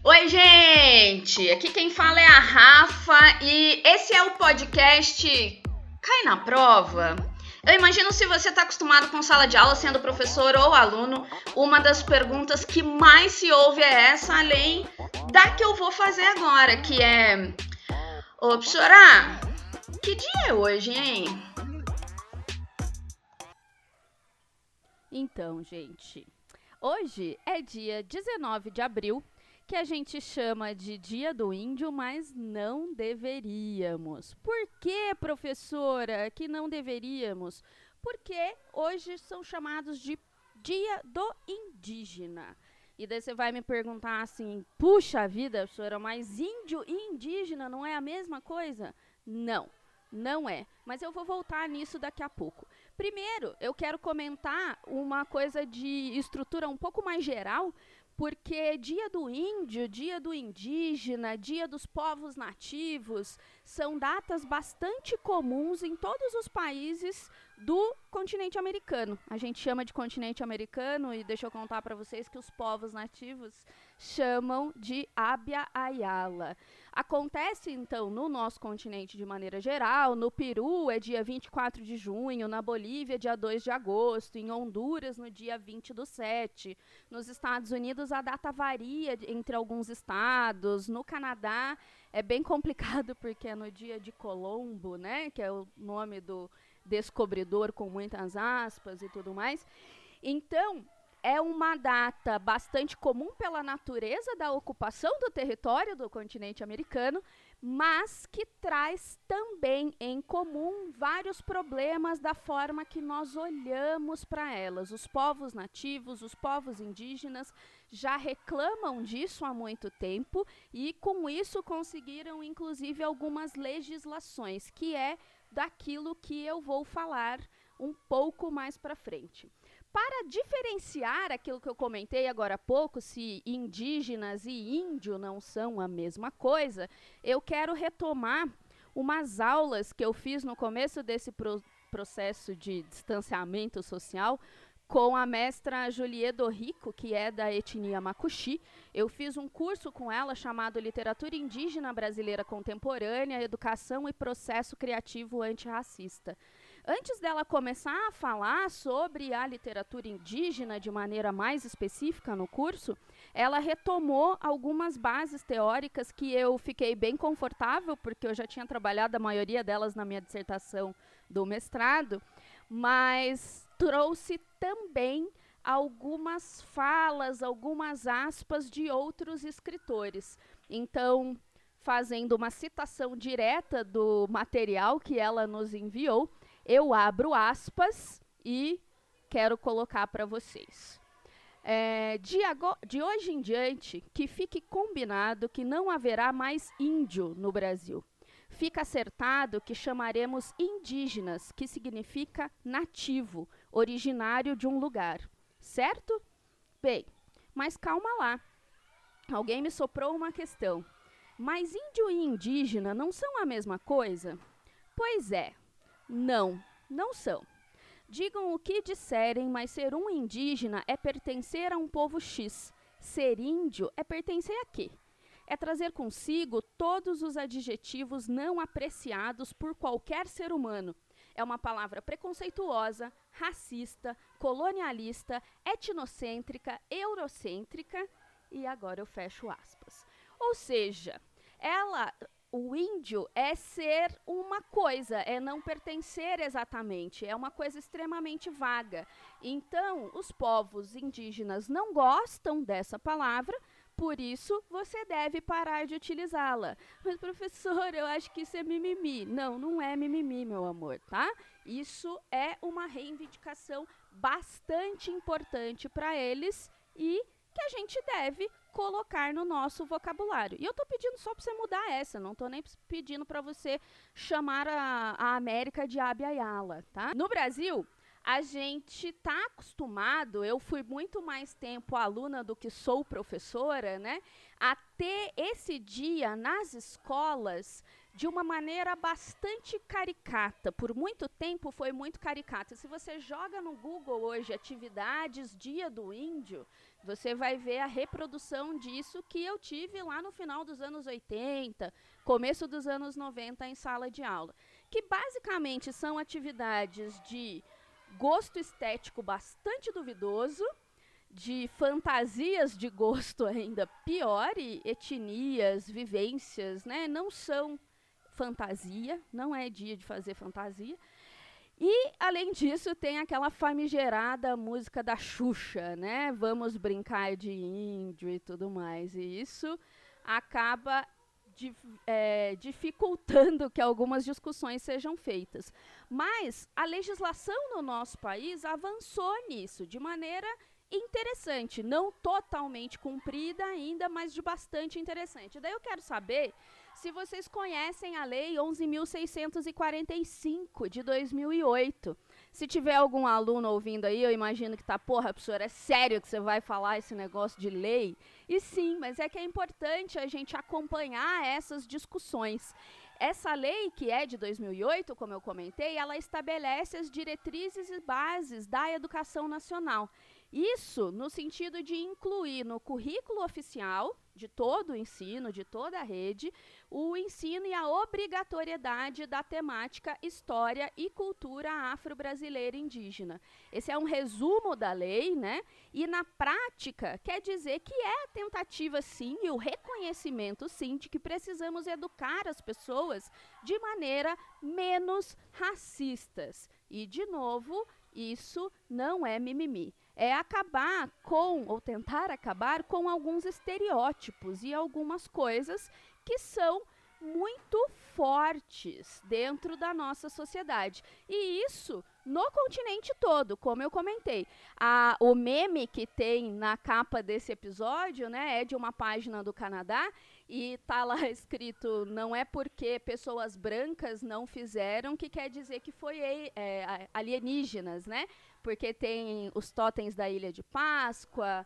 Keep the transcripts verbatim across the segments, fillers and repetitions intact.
Oi, gente! Aqui quem fala é a Rafa e esse é o podcast Cai na Prova. Eu imagino, se você está acostumado com sala de aula, sendo professor ou aluno, uma das perguntas que mais se ouve é essa, além da que eu vou fazer agora, que é: ô, professora, que dia é hoje, hein? Então, gente, hoje é dia dezenove de abril, que a gente chama de Dia do Índio, mas não deveríamos. Por que, professora, que não deveríamos? Porque hoje são chamados de Dia do Indígena. E daí você vai me perguntar assim: puxa vida, professora, mas índio e indígena não é a mesma coisa? Não, não é. Mas eu vou voltar nisso daqui a pouco. Primeiro, eu quero comentar uma coisa de estrutura um pouco mais geral, porque Dia do Índio, Dia do Indígena, Dia dos Povos Nativos são datas bastante comuns em todos os países do continente americano. A gente chama de continente americano e deixa eu contar para vocês que os povos nativos chamam de Abya Yala. Acontece, então, no nosso continente de maneira geral. No Peru é dia vinte e quatro de junho, na Bolívia dia dois de agosto, em Honduras no dia vinte do sete. Nos Estados Unidos a data varia entre alguns estados. No Canadá é bem complicado porque é no dia de Colombo, né, que é o nome do descobridor com muitas aspas e tudo mais. Então, é uma data bastante comum pela natureza da ocupação do território do continente americano, mas que traz também em comum vários problemas da forma que nós olhamos para elas. Os povos nativos, os povos indígenas já reclamam disso há muito tempo e com isso conseguiram inclusive algumas legislações, que é daquilo que eu vou falar um pouco mais para frente. Para diferenciar aquilo que eu comentei agora há pouco, se indígenas e índio não são a mesma coisa, eu quero retomar umas aulas que eu fiz no começo desse pro processo de distanciamento social com a mestra Juliette Rico, que é da etnia Macuxi. Eu fiz um curso com ela chamado Literatura Indígena Brasileira Contemporânea, Educação e Processo Criativo Antirracista. Antes dela começar a falar sobre a literatura indígena de maneira mais específica no curso, ela retomou algumas bases teóricas que eu fiquei bem confortável, porque eu já tinha trabalhado a maioria delas na minha dissertação do mestrado, mas trouxe também algumas falas, algumas aspas de outros escritores. Então, fazendo uma citação direta do material que ela nos enviou, eu abro aspas e quero colocar para vocês. É, de, de hoje em diante, que fique combinado que não haverá mais índio no Brasil. Fica acertado que chamaremos indígenas, que significa nativo, originário de um lugar. Certo? Bem, mas calma lá. Alguém me soprou uma questão. Mas índio e indígena não são a mesma coisa? Pois é. Não, não são. Digam o que disserem, mas ser um indígena é pertencer a um povo X. Ser índio é pertencer a quê? É trazer consigo todos os adjetivos não apreciados por qualquer ser humano. É uma palavra preconceituosa, racista, colonialista, etnocêntrica, eurocêntrica, e agora eu fecho aspas. Ou seja, ela... O índio é ser uma coisa, é não pertencer exatamente, é uma coisa extremamente vaga. Então, os povos indígenas não gostam dessa palavra, por isso você deve parar de utilizá-la. Mas, professor, eu acho que isso é mimimi. Não, não é mimimi, meu amor, tá? Isso é uma reivindicação bastante importante para eles e que a gente deve colocar no nosso vocabulário. E eu tô pedindo só para você mudar essa, não tô nem pedindo para você chamar a, a América de Abya Yala, tá? No Brasil, a gente tá acostumado, eu fui muito mais tempo aluna do que sou professora, né? A ter esse dia nas escolas de uma maneira bastante caricata. Por muito tempo foi muito caricata. Se você joga no Google hoje atividades Dia do Índio, você vai ver a reprodução disso que eu tive lá no final dos anos oitenta, começo dos anos noventa em sala de aula. Que basicamente são atividades de gosto estético bastante duvidoso, de fantasias de gosto ainda pior, e etnias, vivências, né, não são fantasia, não é dia de fazer fantasia. E, além disso, tem aquela famigerada música da Xuxa, né? Vamos brincar de índio e tudo mais. E isso acaba dif é, dificultando que algumas discussões sejam feitas. Mas a legislação no nosso país avançou nisso de maneira interessante, não totalmente cumprida ainda, mas de bastante interessante. Daí eu quero saber se vocês conhecem a Lei onze mil seiscentos e quarenta e cinco, de dois mil e oito. Se tiver algum aluno ouvindo aí, eu imagino que tá, porra, professora, é sério que você vai falar esse negócio de lei? E sim, mas é que é importante a gente acompanhar essas discussões. Essa lei, que é de dois mil e oito, como eu comentei, ela estabelece as diretrizes e bases da educação nacional. Isso no sentido de incluir no currículo oficial de todo o ensino, de toda a rede, o ensino e a obrigatoriedade da temática História e Cultura Afro-Brasileira Indígena. Esse é um resumo da lei, né? E na prática quer dizer que é a tentativa, sim, e o reconhecimento, sim, de que precisamos educar as pessoas de maneira menos racistas. E, de novo, isso não é mimimi. É acabar com, ou tentar acabar com alguns estereótipos e algumas coisas que são muito fortes dentro da nossa sociedade. E isso no continente todo, como eu comentei. A, o meme que tem na capa desse episódio, né, é de uma página do Canadá e tá lá escrito: não é porque pessoas brancas não fizeram que quer dizer que foi é, alienígenas, né? Porque tem os totens da Ilha de Páscoa,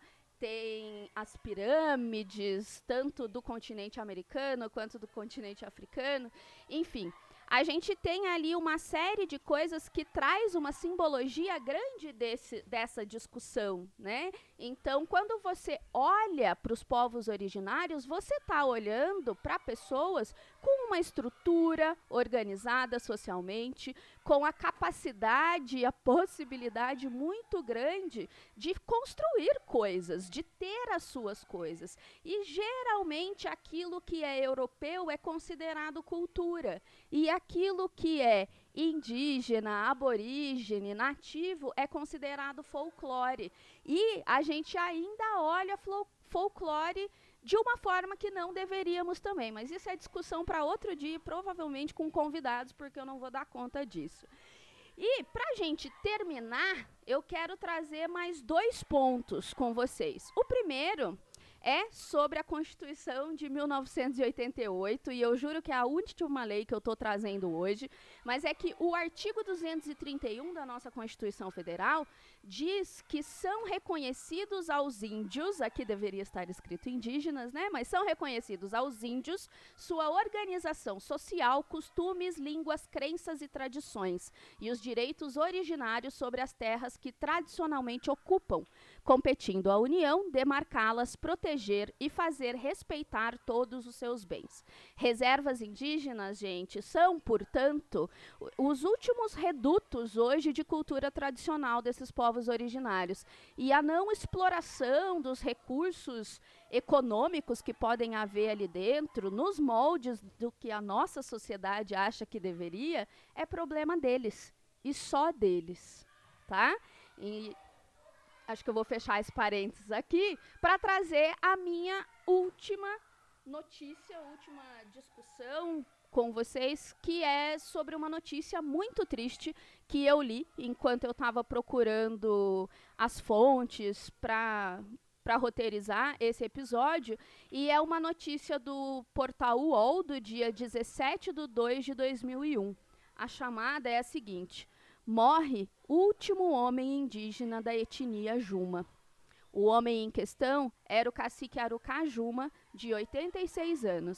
tem as pirâmides, tanto do continente americano quanto do continente africano. Enfim, a gente tem ali uma série de coisas que traz uma simbologia grande desse, dessa discussão, né? Então, quando você olha para os povos originários, você está olhando para pessoas com uma estrutura organizada socialmente, com a capacidade e a possibilidade muito grande de construir coisas, de ter as suas coisas. E, geralmente, aquilo que é europeu é considerado cultura. E aquilo que é indígena, aborígene, nativo, é considerado folclore. E a gente ainda olha folclore de uma forma que não deveríamos também. Mas isso é discussão para outro dia, provavelmente com convidados, porque eu não vou dar conta disso. E, para a gente terminar, eu quero trazer mais dois pontos com vocês. O primeiro é sobre a Constituição de mil novecentos e oitenta e oito, e eu juro que é a última lei que eu estou trazendo hoje, mas é que o artigo duzentos e trinta e um da nossa Constituição Federal diz que são reconhecidos aos índios, aqui deveria estar escrito indígenas, né, mas são reconhecidos aos índios sua organização social, costumes, línguas, crenças e tradições, e os direitos originários sobre as terras que tradicionalmente ocupam, competindo à União demarcá-las, proteger e fazer respeitar todos os seus bens. Reservas indígenas, gente, são, portanto, os últimos redutos hoje de cultura tradicional desses povos originários. E a não exploração dos recursos econômicos que podem haver ali dentro, nos moldes do que a nossa sociedade acha que deveria, é problema deles, e só deles, tá? E acho que eu vou fechar esse parênteses aqui para trazer a minha última notícia, última discussão com vocês, que é sobre uma notícia muito triste que eu li enquanto eu estava procurando as fontes para para roteirizar esse episódio, e é uma notícia do portal U O L do dia dezessete de dois de dois mil e um. A chamada é a seguinte: morre último homem indígena da etnia Juma. O homem em questão era o cacique Arucá Juma, de oitenta e seis anos.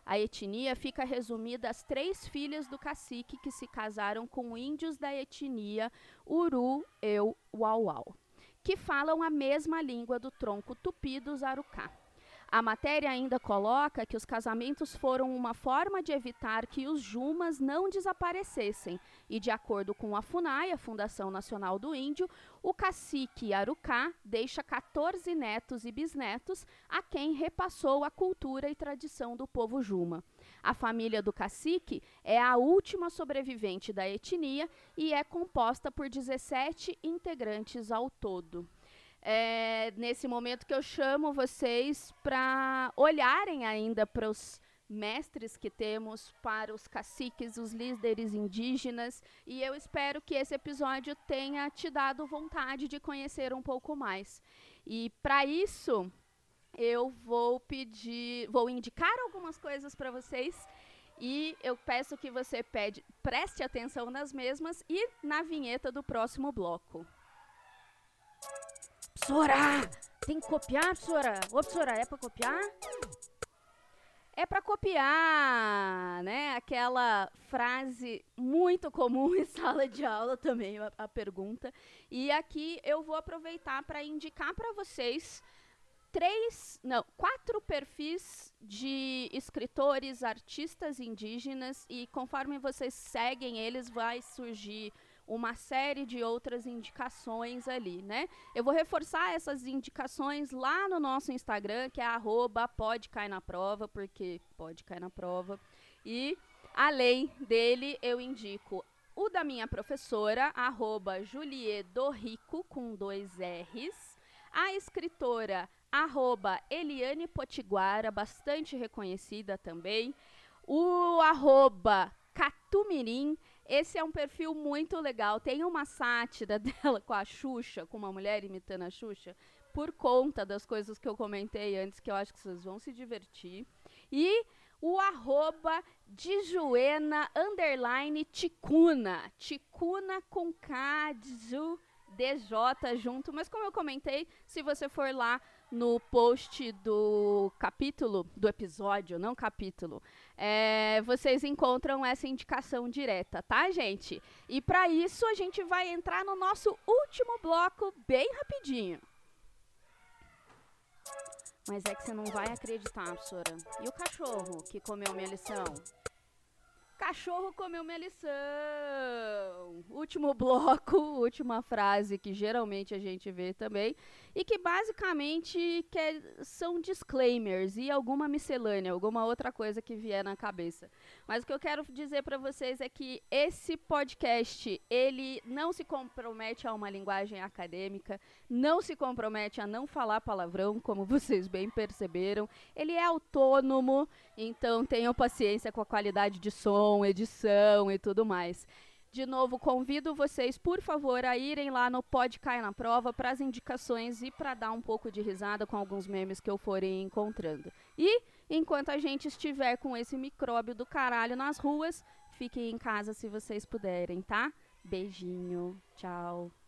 A etnia fica resumida às três filhas do cacique que se casaram com índios da etnia Uru-Eu-Uauau, que falam a mesma língua do tronco tupi dos Araucá. A matéria ainda coloca que os casamentos foram uma forma de evitar que os Jumas não desaparecessem e, de acordo com a FUNAI, a Fundação Nacional do Índio, o cacique Araucá deixa quatorze netos e bisnetos a quem repassou a cultura e tradição do povo Juma. A família do cacique é a última sobrevivente da etnia e é composta por dezessete integrantes ao todo. É nesse momento que eu chamo vocês para olharem ainda para os mestres que temos, para os caciques, os líderes indígenas, e eu espero que esse episódio tenha te dado vontade de conhecer um pouco mais. E para isso, eu vou pedir, vou indicar algumas coisas para vocês, e eu peço que você pede, preste atenção nas mesmas e na vinheta do próximo bloco. Professora, tem que copiar, professora? Ô, professora, é pra copiar? É para copiar, né? Aquela frase muito comum em sala de aula também, a, a pergunta. E aqui eu vou aproveitar para indicar para vocês três, não, quatro perfis de escritores, artistas indígenas, e conforme vocês seguem eles, vai surgir uma série de outras indicações ali, né? Eu vou reforçar essas indicações lá no nosso Instagram, que é arroba pode cair na prova, porque pode cair na prova. E, além dele, eu indico o da minha professora, arroba Julie Dorrico, com dois R's. A escritora, arroba Eliane Potiguara, bastante reconhecida também. O arroba Catumirim. Esse é um perfil muito legal. Tem uma sátira dela com a Xuxa, com uma mulher imitando a Xuxa, por conta das coisas que eu comentei antes, que eu acho que vocês vão se divertir. E o arroba Dijuena underline Ticuna. Ticuna com K, Dju, D J junto. Mas como eu comentei, se você for lá no post do capítulo, do episódio, não capítulo, é, vocês encontram essa indicação direta, tá, gente? E para isso a gente vai entrar no nosso último bloco bem rapidinho. Mas é que você não vai acreditar, professora. E o cachorro que comeu minha lição? Cachorro comeu minha lição. Último bloco, última frase que geralmente a gente vê também. E que basicamente quer, são disclaimers e alguma miscelânea, alguma outra coisa que vier na cabeça. Mas o que eu quero dizer para vocês é que esse podcast, ele não se compromete a uma linguagem acadêmica, não se compromete a não falar palavrão, como vocês bem perceberam. Ele é autônomo, então tenham paciência com a qualidade de som, edição e tudo mais. De novo, convido vocês, por favor, a irem lá no Pode Cair na Prova para as indicações e para dar um pouco de risada com alguns memes que eu forem encontrando. E, enquanto a gente estiver com esse micróbio do caralho nas ruas, fiquem em casa se vocês puderem, tá? Beijinho, tchau.